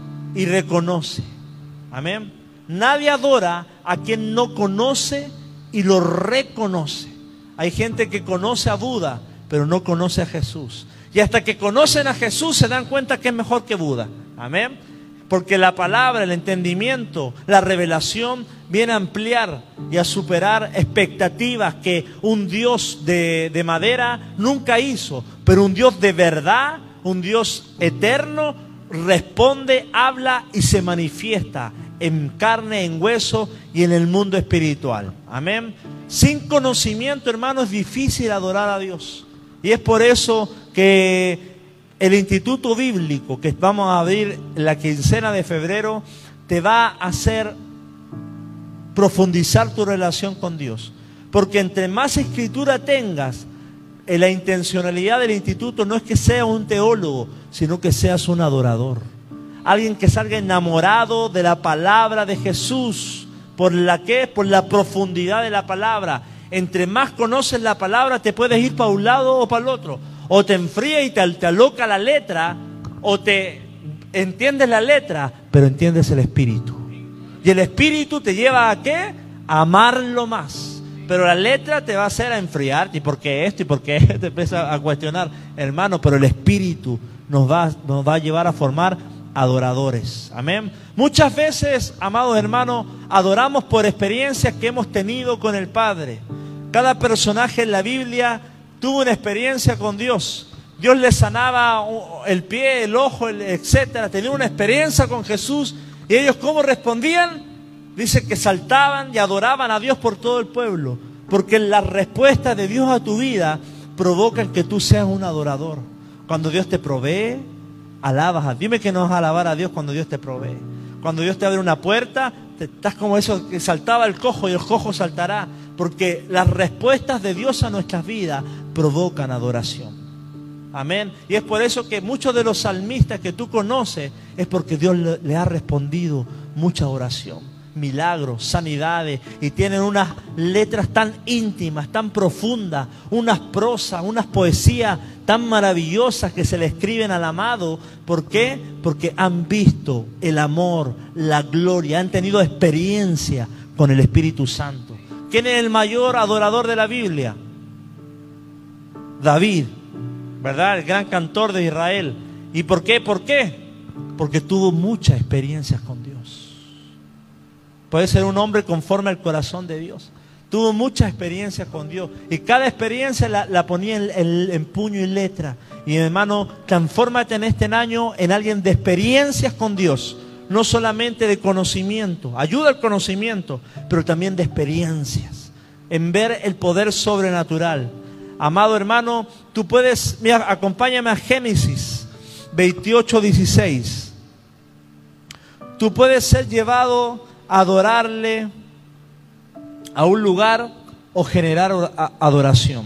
y reconoce. Amén. Nadie adora a quien no conoce y lo reconoce. Hay gente que conoce a Buda, pero no conoce a Jesús. Y hasta que conocen a Jesús se dan cuenta que es mejor que Buda. Amén. Porque la palabra, el entendimiento, la revelación viene a ampliar y a superar expectativas que un Dios de madera nunca hizo. Pero un Dios de verdad, un Dios eterno, responde, habla y se manifiesta en carne, en hueso y en el mundo espiritual. Amén. Sin conocimiento, hermano, es difícil adorar a Dios. Y es por eso que el Instituto Bíblico que vamos a abrir la quincena de febrero te va a hacer profundizar tu relación con Dios. Porque entre más escritura tengas, la intencionalidad del instituto no es que seas un teólogo, sino que seas un adorador. Alguien que salga enamorado de la palabra de Jesús. ¿Por la qué? Por la profundidad de la palabra. Entre más conoces la palabra, te puedes ir para un lado o para el otro. O te enfría y te aloca la letra, o te entiendes la letra, pero entiendes el espíritu. Y el espíritu te lleva a ¿qué? A amarlo más. Pero la letra te va a hacer a enfriarte. ¿Y por qué esto? ¿Y por qué esto? Te empieza a cuestionar, hermano. Pero el espíritu nos va a llevar a formar adoradores. Amén. Muchas veces, amados hermanos, adoramos por experiencias que hemos tenido con el Padre. Cada personaje en la Biblia tuvo una experiencia con Dios. Dios le sanaba el pie, el ojo, etcétera. Tenía una experiencia con Jesús. ¿Y ellos cómo respondían? Dice que saltaban y adoraban a Dios por todo el pueblo. Porque las respuestas de Dios a tu vida provocan que tú seas un adorador. Cuando Dios te provee, alabas a Dios. Dime que no vas a alabar a Dios cuando Dios te provee. Cuando Dios te abre una puerta, estás como eso que saltaba el cojo y el cojo saltará. Porque las respuestas de Dios a nuestras vidas provocan adoración. Amén. Y es por eso que muchos de los salmistas que tú conoces es porque Dios le ha respondido mucha oración, milagros, sanidades, y tienen unas letras tan íntimas, tan profundas, unas prosas, unas poesías tan maravillosas que se le escriben al amado. ¿Por qué? Porque han visto el amor, la gloria, han tenido experiencia con el Espíritu Santo. ¿Quién es el mayor adorador de la Biblia? David, ¿verdad? El gran cantor de Israel. ¿Y por qué? ¿Por qué? Porque tuvo muchas experiencias con Dios. Puede ser un hombre conforme al corazón de Dios. Tuvo muchas experiencias con Dios y cada experiencia la ponía en puño y letra. Y mi hermano, transfórmate en este año en alguien de experiencias con Dios, no solamente de conocimiento. Ayuda al conocimiento, pero también de experiencias, en ver el poder sobrenatural. Amado hermano, tú puedes, mira, acompáñame a Génesis 28:16. Tú puedes ser llevado a adorarle a un lugar o generar adoración.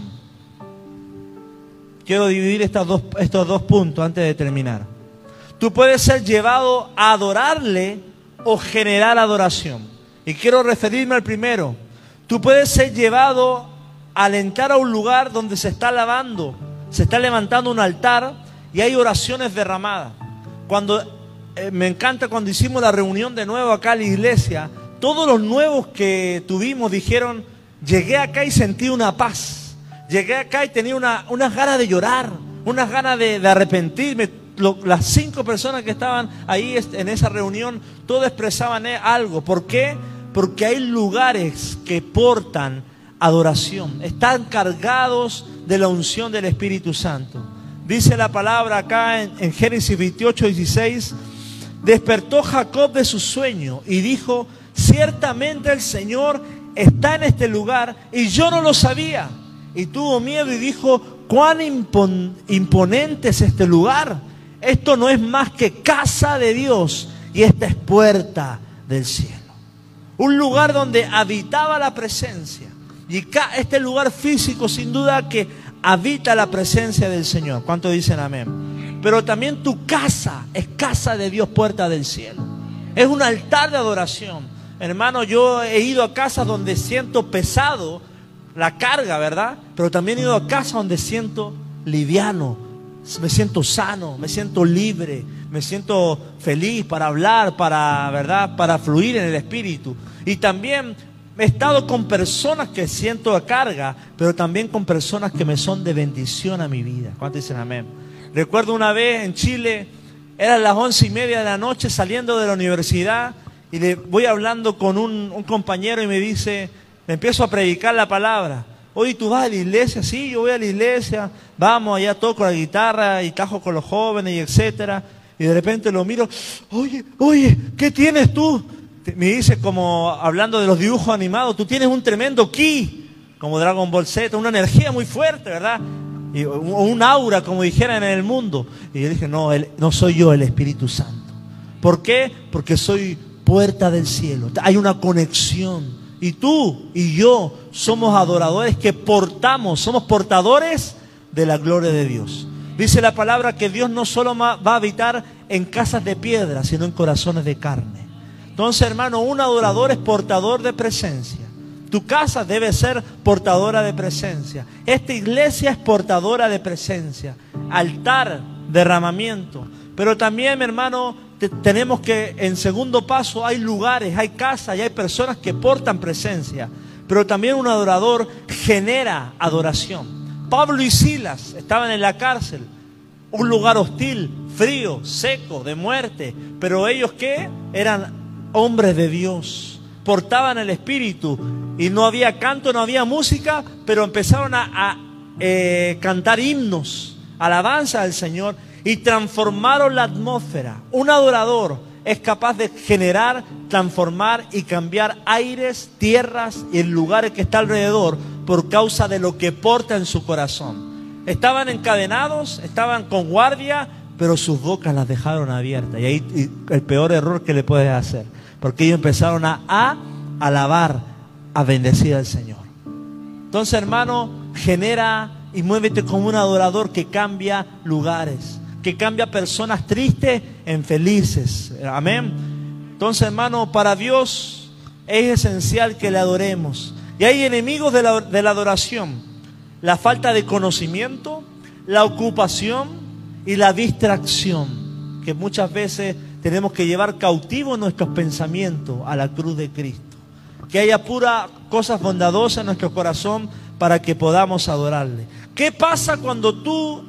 Quiero dividir estos dos puntos antes de terminar. Tú puedes ser llevado a adorarle o generar adoración. Y quiero referirme al primero. Tú puedes ser llevado a alentar a un lugar donde se está alabando, se está levantando un altar y hay oraciones derramadas. Me encanta cuando hicimos la reunión de nuevo acá en la iglesia, todos los nuevos que tuvimos dijeron, llegué acá y sentí una paz. Llegué acá y tenía unas ganas de llorar, unas ganas de arrepentirme. Las 5 personas que estaban ahí en esa reunión, todos expresaban algo. ¿Por qué? Porque hay lugares que portan adoración. Están cargados de la unción del Espíritu Santo. Dice la palabra acá en Génesis 28:16. Despertó Jacob de su sueño y dijo, ciertamente el Señor está en este lugar y yo no lo sabía. Y tuvo miedo y dijo, cuán imponente es este lugar. Esto no es más que casa de Dios y esta es puerta del cielo. Un lugar donde habitaba la presencia. Y este lugar físico sin duda que habita la presencia del Señor. ¿Cuántos dicen amén? Pero también tu casa es casa de Dios, puerta del cielo. Es un altar de adoración. Hermano, yo he ido a casas donde siento pesado la carga, ¿verdad? Pero también he ido a casas donde siento liviano, me siento sano, me siento libre, me siento feliz para hablar, ¿verdad? Para fluir en el Espíritu. Y también he estado con personas que siento carga, pero también con personas que me son de bendición a mi vida. ¿Cuántos dicen amén? Recuerdo una vez en Chile, eran las 11:30 de la noche saliendo de la universidad y le voy hablando con un compañero y me dice, me empiezo a predicar la palabra. Oye, ¿tú vas a la iglesia? Sí, yo voy a la iglesia. Vamos, allá toco la guitarra y tajo con los jóvenes y etcétera. Y de repente lo miro, oye, ¿qué tienes tú? Me dice como hablando de los dibujos animados, tú tienes un tremendo ki, como Dragon Ball Z, una energía muy fuerte, ¿verdad? Y un aura, como dijeran en el mundo. Y yo dije, no soy yo, el Espíritu Santo. ¿Por qué? Porque soy puerta del cielo. Hay una conexión. Y tú y yo somos adoradores que somos portadores de la gloria de Dios. Dice la palabra que Dios no solo va a habitar en casas de piedra, sino en corazones de carne. Entonces, hermano, un adorador es portador de presencia. Tu casa debe ser portadora de presencia. Esta iglesia es portadora de presencia. Altar, derramamiento. Pero también, mi hermano, tenemos que, en segundo paso, hay lugares, hay casas y hay personas que portan presencia. Pero también un adorador genera adoración. Pablo y Silas estaban en la cárcel. Un lugar hostil, frío, seco, de muerte. Pero ellos, ¿qué? Eran hombres de Dios. Portaban el Espíritu. Y no había canto, no había música, pero empezaron a cantar himnos, alabanza al Señor. Y transformaron la atmósfera. Un adorador es capaz de generar, transformar y cambiar aires, tierras y el lugares que está alrededor por causa de lo que porta en su corazón. Estaban encadenados, estaban con guardia, pero sus bocas las dejaron abiertas. Y ahí el peor error que le puedes hacer. Porque ellos empezaron a alabar, a bendecir al Señor. Entonces, hermano, genera y muévete como un adorador que cambia lugares, que cambia personas tristes en felices. Amén. Entonces, hermano, para Dios es esencial que le adoremos. Y hay enemigos de la adoración: la falta de conocimiento, la ocupación y la distracción, que muchas veces tenemos que llevar cautivos nuestros pensamientos a la cruz de Cristo. Que haya pura cosas bondadosas en nuestro corazón para que podamos adorarle. ¿Qué pasa cuando tú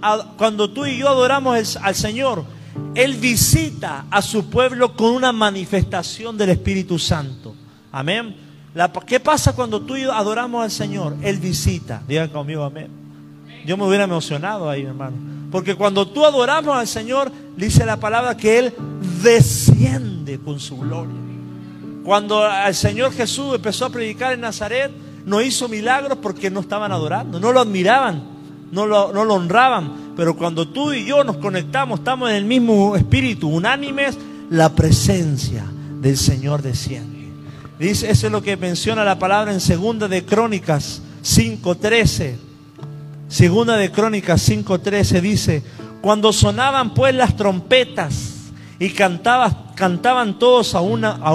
y yo adoramos al Señor? Él visita a su pueblo con una manifestación del Espíritu Santo. Amén. ¿Qué pasa cuando tú y yo adoramos al Señor? Él visita. Digan conmigo amén. Yo me hubiera emocionado ahí, hermano. Porque cuando tú adoramos al Señor, dice la palabra que Él desciende con su gloria. Cuando el Señor Jesús empezó a predicar en Nazaret, no hizo milagros porque no estaban adorando, no lo admiraban, no lo honraban. Pero cuando tú y yo nos conectamos, estamos en el mismo espíritu, unánimes, la presencia del Señor desciende. Dice, eso es lo que menciona la palabra en Segunda de Crónicas 5:13. Segunda de Crónicas 5:13 dice: cuando sonaban pues las trompetas y cantaban todos a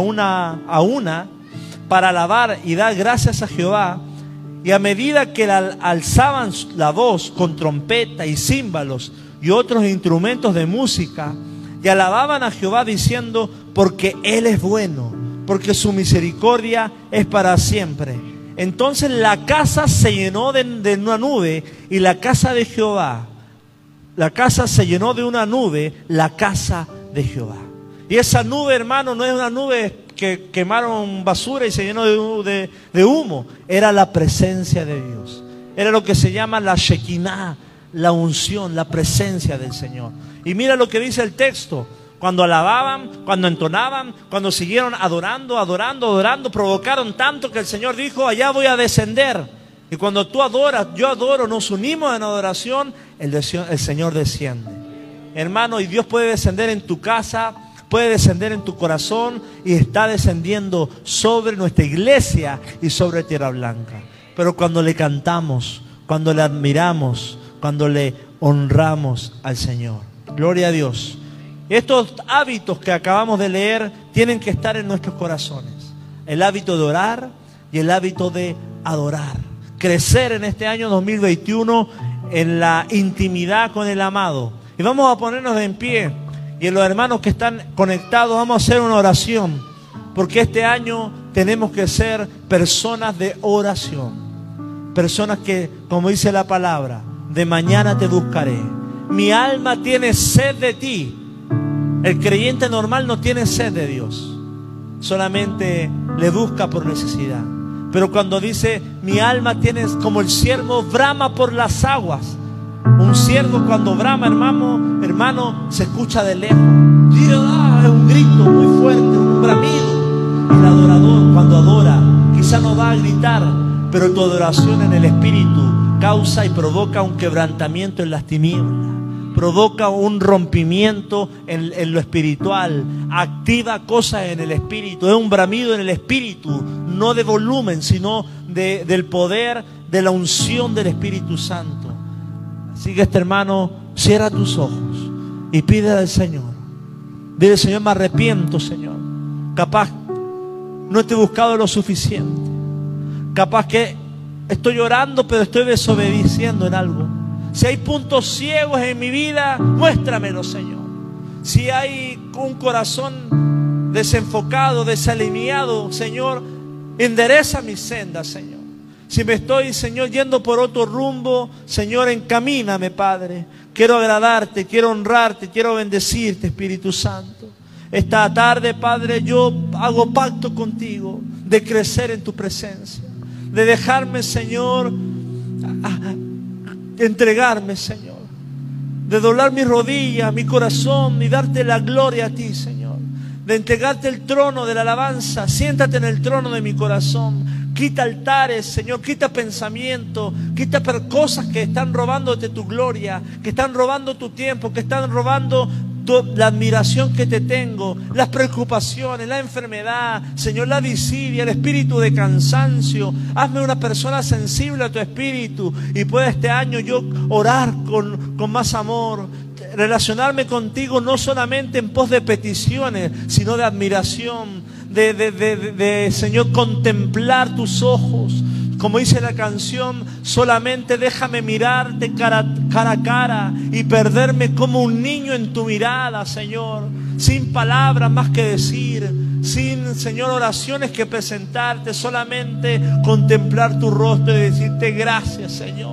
una para alabar y dar gracias a Jehová, y a medida que alzaban la voz con trompeta y címbalos y otros instrumentos de música, y alababan a Jehová diciendo: porque Él es bueno, porque su misericordia es para siempre. Entonces la casa se llenó de una nube, y la casa de Jehová, la casa se llenó de una nube, la casa de Jehová. Y esa nube, hermano, no es una nube que quemaron basura y se llenó de humo. Era la presencia de Dios. Era lo que se llama la Shekinah, la unción, la presencia del Señor. Y mira lo que dice el texto. Cuando alababan, cuando entonaban, cuando siguieron adorando, provocaron tanto que el Señor dijo: allá voy a descender. Y cuando tú adoras, yo adoro, nos unimos en adoración, el Señor desciende. Hermano, y Dios puede descender en tu casa, puede descender en tu corazón, y está descendiendo sobre nuestra iglesia y sobre Tierra Blanca. Pero cuando le cantamos, cuando le admiramos, cuando le honramos al Señor. Gloria a Dios. Estos hábitos que acabamos de leer tienen que estar en nuestros corazones. El hábito de orar y el hábito de adorar. Crecer en este año 2021 en la intimidad con el amado. Y vamos a ponernos en pie. Y en los hermanos que están conectados vamos a hacer una oración. Porque este año tenemos que ser personas de oración. Personas que, como dice la palabra, de mañana te buscaré. Mi alma tiene sed de ti. El creyente normal no tiene sed de Dios, solamente le busca por necesidad. Pero cuando dice mi alma tiene, como el ciervo brama por las aguas. Un ciervo cuando brama, hermano, se escucha de lejos. Es un grito muy fuerte, un bramido. El adorador cuando adora quizá no va a gritar, pero tu adoración en el espíritu causa y provoca un quebrantamiento en las tinieblas. Provoca un rompimiento en lo espiritual. Activa cosas en el espíritu. Es un bramido en el espíritu. No de volumen, sino del poder, de la unción del Espíritu Santo. Así que hermano, cierra tus ojos y pide al Señor. Dile: Señor, me arrepiento, Señor. Capaz no te he buscado lo suficiente. Capaz que estoy orando, pero estoy desobedeciendo en algo. Si hay puntos ciegos en mi vida, muéstramelo, Señor. Si hay un corazón desenfocado, desalineado, Señor, endereza mis sendas, Señor. Si me estoy, Señor, yendo por otro rumbo, Señor, encamíname, Padre. Quiero agradarte, quiero honrarte, quiero bendecirte, Espíritu Santo. Esta tarde, Padre, yo hago pacto contigo de crecer en tu presencia, de dejarme, Señor, entregarme, Señor, de doblar mis rodillas, mi corazón y darte la gloria a ti, Señor, de entregarte el trono de la alabanza. Siéntate en el trono de mi corazón. Quita altares, Señor, quita pensamientos, quita cosas que están robándote tu gloria, que están robando tu tiempo, que están robando la admiración que te tengo, las preocupaciones, la enfermedad, Señor, la disidia, el espíritu de cansancio. Hazme una persona sensible a tu espíritu y pueda este año yo orar con más amor, relacionarme contigo no solamente en pos de peticiones, sino de admiración, de Señor, contemplar tus ojos. Como dice la canción, solamente déjame mirarte cara a cara y perderme como un niño en tu mirada, Señor. Sin palabras más que decir, sin, Señor, oraciones que presentarte, solamente contemplar tu rostro y decirte gracias, Señor.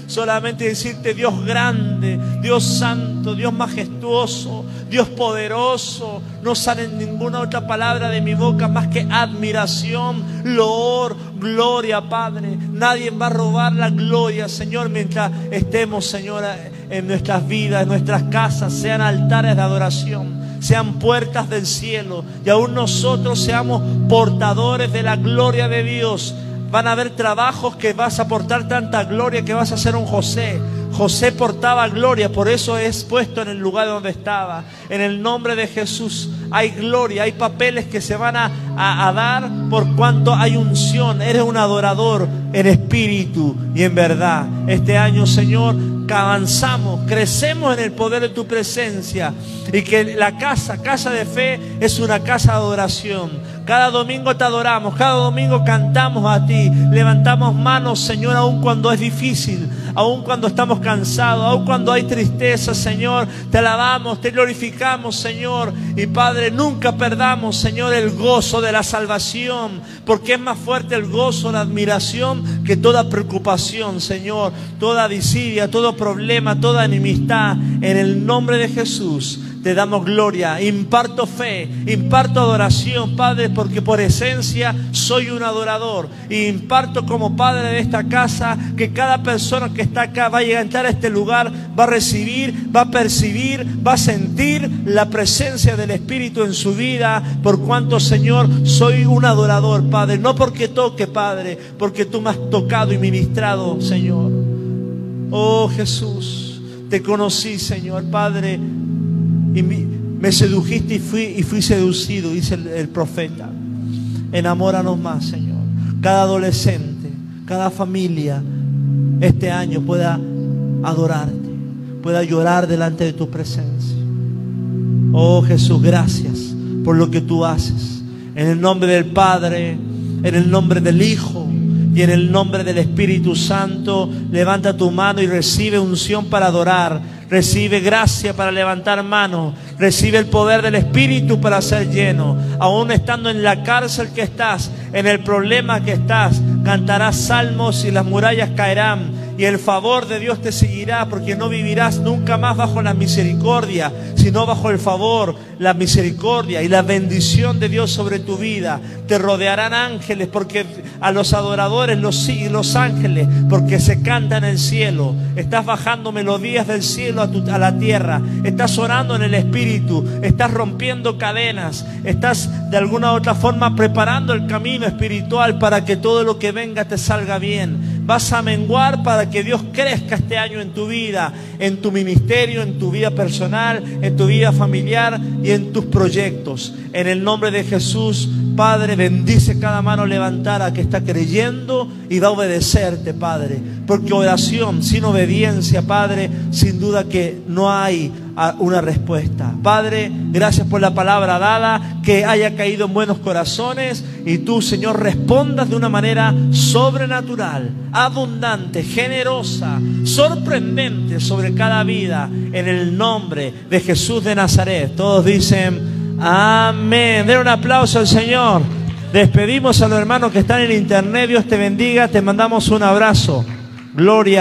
solamente decirte: Dios grande, Dios santo, Dios majestuoso, Dios poderoso. No sale ninguna otra palabra de mi boca más que admiración, loor, gloria, Padre. Nadie va a robar la gloria, Señor, mientras estemos, Señor, en nuestras vidas, en nuestras casas, sean altares de adoración, sean puertas del cielo, y aún nosotros seamos portadores de la gloria de Dios. Van a haber trabajos que vas a aportar tanta gloria que vas a ser un José. José portaba gloria, por eso es puesto en el lugar donde estaba. En el nombre de Jesús hay gloria, hay papeles que se van a dar por cuanto hay unción. Eres un adorador en espíritu y en verdad. Este año, Señor, que avanzamos, crecemos en el poder de tu presencia, y que la casa de fe es una casa de adoración. Cada domingo te adoramos, cada domingo cantamos a ti, levantamos manos, Señor, aun cuando es difícil, aun cuando estamos cansados, aun cuando hay tristeza, Señor, te alabamos, te glorificamos, Señor. Y Padre, nunca perdamos, Señor, el gozo de la salvación, porque es más fuerte el gozo, la admiración, que toda preocupación, Señor, toda disidia, todo problema, toda enemistad. En el nombre de Jesús te damos gloria, imparto fe, imparto adoración, Padre, porque por esencia soy un adorador. Y imparto como Padre de esta casa que cada persona que está acá va a llegar a este lugar, va a recibir, va a percibir, va a sentir la presencia del Espíritu en su vida, por cuanto, Señor, soy un adorador, Padre. No porque toque, Padre, porque tú me has tocado y ministrado, Señor. Oh Jesús, te conocí, Señor, Padre, y me sedujiste y fui seducido, dice el profeta. Enamóranos más, Señor. Cada adolescente, cada familia este año pueda adorarte, pueda llorar delante de tu presencia. Oh Jesús, gracias por lo que tú haces. En el nombre del Padre, en el nombre del Hijo y en el nombre del Espíritu Santo, levanta tu mano y recibe unción para adorar. Recibe gracia para levantar manos. Recibe el poder del Espíritu para ser lleno. Aún estando en la cárcel que estás, en el problema que estás, cantarás salmos y las murallas caerán. Y el favor de Dios te seguirá, porque no vivirás nunca más bajo la misericordia, sino bajo el favor, la misericordia y la bendición de Dios sobre tu vida. Te rodearán ángeles, porque a los adoradores los siguen los ángeles, porque se canta en el cielo. Estás bajando melodías del cielo a la tierra. Estás orando en el Espíritu. Estás rompiendo cadenas. Estás de alguna u otra forma preparando el camino espiritual para que todo lo que venga te salga bien. Vas a menguar para que Dios crezca este año en tu vida, en tu ministerio, en tu vida personal, en tu vida familiar y en tus proyectos. En el nombre de Jesús, Padre, bendice cada mano levantada que está creyendo y va a obedecerte, Padre. Porque oración sin obediencia, Padre, sin duda que no hay una respuesta. Padre, gracias por la palabra dada, que haya caído en buenos corazones y tú, Señor, respondas de una manera sobrenatural, abundante, generosa, sorprendente sobre cada vida, en el nombre de Jesús de Nazaret. Todos dicen amén. Den un aplauso al Señor. Despedimos a los hermanos que están en internet. Dios te bendiga. Te mandamos un abrazo. Gloria.